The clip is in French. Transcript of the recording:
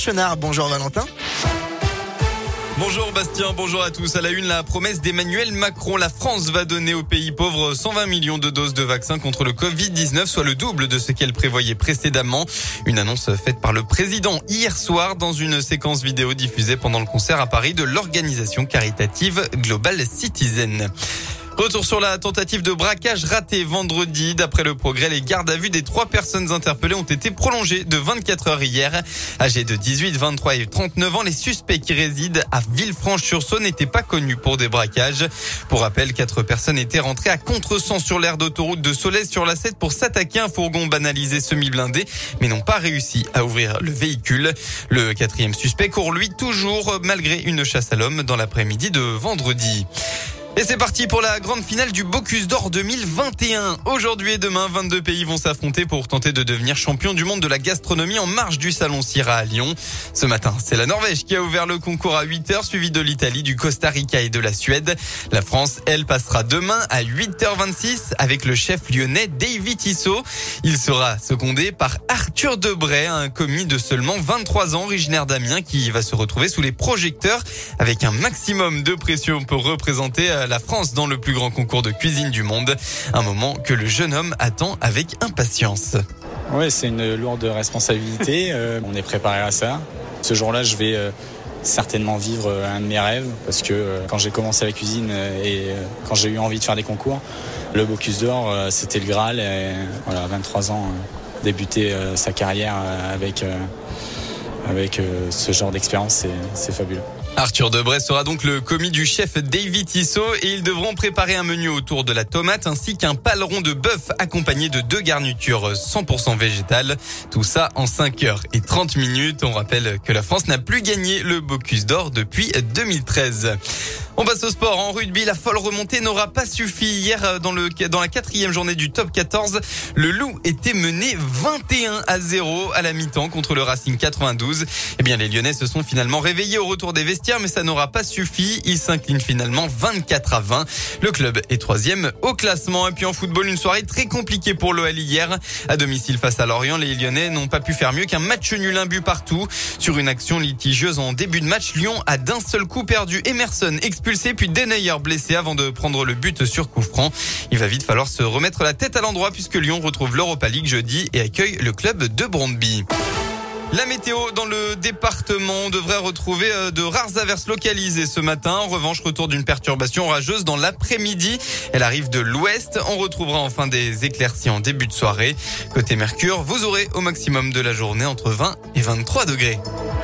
Chenard. Bonjour Valentin. Bonjour Bastien, bonjour à tous. À la une, la promesse d'Emmanuel Macron. La France va donner aux pays pauvres 120 millions de doses de vaccins contre le Covid-19, soit le double de ce qu'elle prévoyait précédemment. Une annonce faite par le président hier soir dans une séquence vidéo diffusée pendant le concert à Paris de l'organisation caritative Global Citizen. Retour sur la tentative de braquage ratée vendredi. D'après le Progrès, les gardes à vue des 3 personnes interpellées ont été prolongées de 24 heures hier. Âgés de 18, 23 et 39 ans, les suspects qui résident à Villefranche-sur-Saône n'étaient pas connus pour des braquages. Pour rappel, 4 personnes étaient rentrées à contresens sur l'aire d'autoroute de Solèze-sur-la-Sète pour s'attaquer à un fourgon banalisé semi-blindé, mais n'ont pas réussi à ouvrir le véhicule. Le 4e suspect court lui toujours malgré une chasse à l'homme dans l'après-midi de vendredi. Et c'est parti pour la grande finale du Bocuse d'Or 2021. Aujourd'hui et demain, 22 pays vont s'affronter pour tenter de devenir champion du monde de la gastronomie en marge du Salon Syrah à Lyon. Ce matin, c'est la Norvège qui a ouvert le concours à 8h, suivi de l'Italie, du Costa Rica et de la Suède. La France, elle, passera demain à 8h26 avec le chef lyonnais David Tissot. Il sera secondé par Arthur Debray, un commis de seulement 23 ans, originaire d'Amiens, qui va se retrouver sous les projecteurs avec un maximum de pression pour représenter la France dans le plus grand concours de cuisine du monde. Un moment que le jeune homme attend avec impatience. Oui, c'est une lourde responsabilité. On est préparé à ça. Ce jour-là, je vais certainement vivre un de mes rêves parce que quand j'ai commencé la cuisine et quand j'ai eu envie de faire des concours, le Bocuse d'Or, c'était le Graal. Et, voilà, à 23 ans, débuter sa carrière avec ce genre d'expérience, c'est fabuleux. Arthur Debray sera donc le commis du chef David Tissot et ils devront préparer un menu autour de la tomate ainsi qu'un paleron de bœuf accompagné de 2 garnitures 100% végétales. Tout ça en 5h30. On rappelle que la France n'a plus gagné le Bocuse d'Or depuis 2013. On passe au sport. En rugby, la folle remontée n'aura pas suffi. Hier, dans la 4e journée du top 14, le Loup était mené 21-0 à la mi-temps contre le Racing 92. Eh bien, les Lyonnais se sont finalement réveillés au retour des vestiaires, mais ça n'aura pas suffi. Ils s'inclinent finalement 24-20. Le club est 3e au classement. Et puis en football, une soirée très compliquée pour l'OL hier. À domicile face à Lorient, les Lyonnais n'ont pas pu faire mieux qu'un match nul, un but partout. Sur une action litigieuse en début de match, Lyon a d'un seul coup perdu Emerson expulsé, puis Denayer blessé avant de prendre le but sur coup franc. Il va vite falloir se remettre la tête à l'endroit puisque Lyon retrouve l'Europa League jeudi et accueille le club de Brøndby. La météo dans le département devrait retrouver de rares averses localisées ce matin. En revanche, retour d'une perturbation orageuse dans l'après-midi. Elle arrive de l'ouest. On retrouvera enfin des éclaircies en début de soirée. Côté Mercure, vous aurez au maximum de la journée entre 20 et 23 degrés.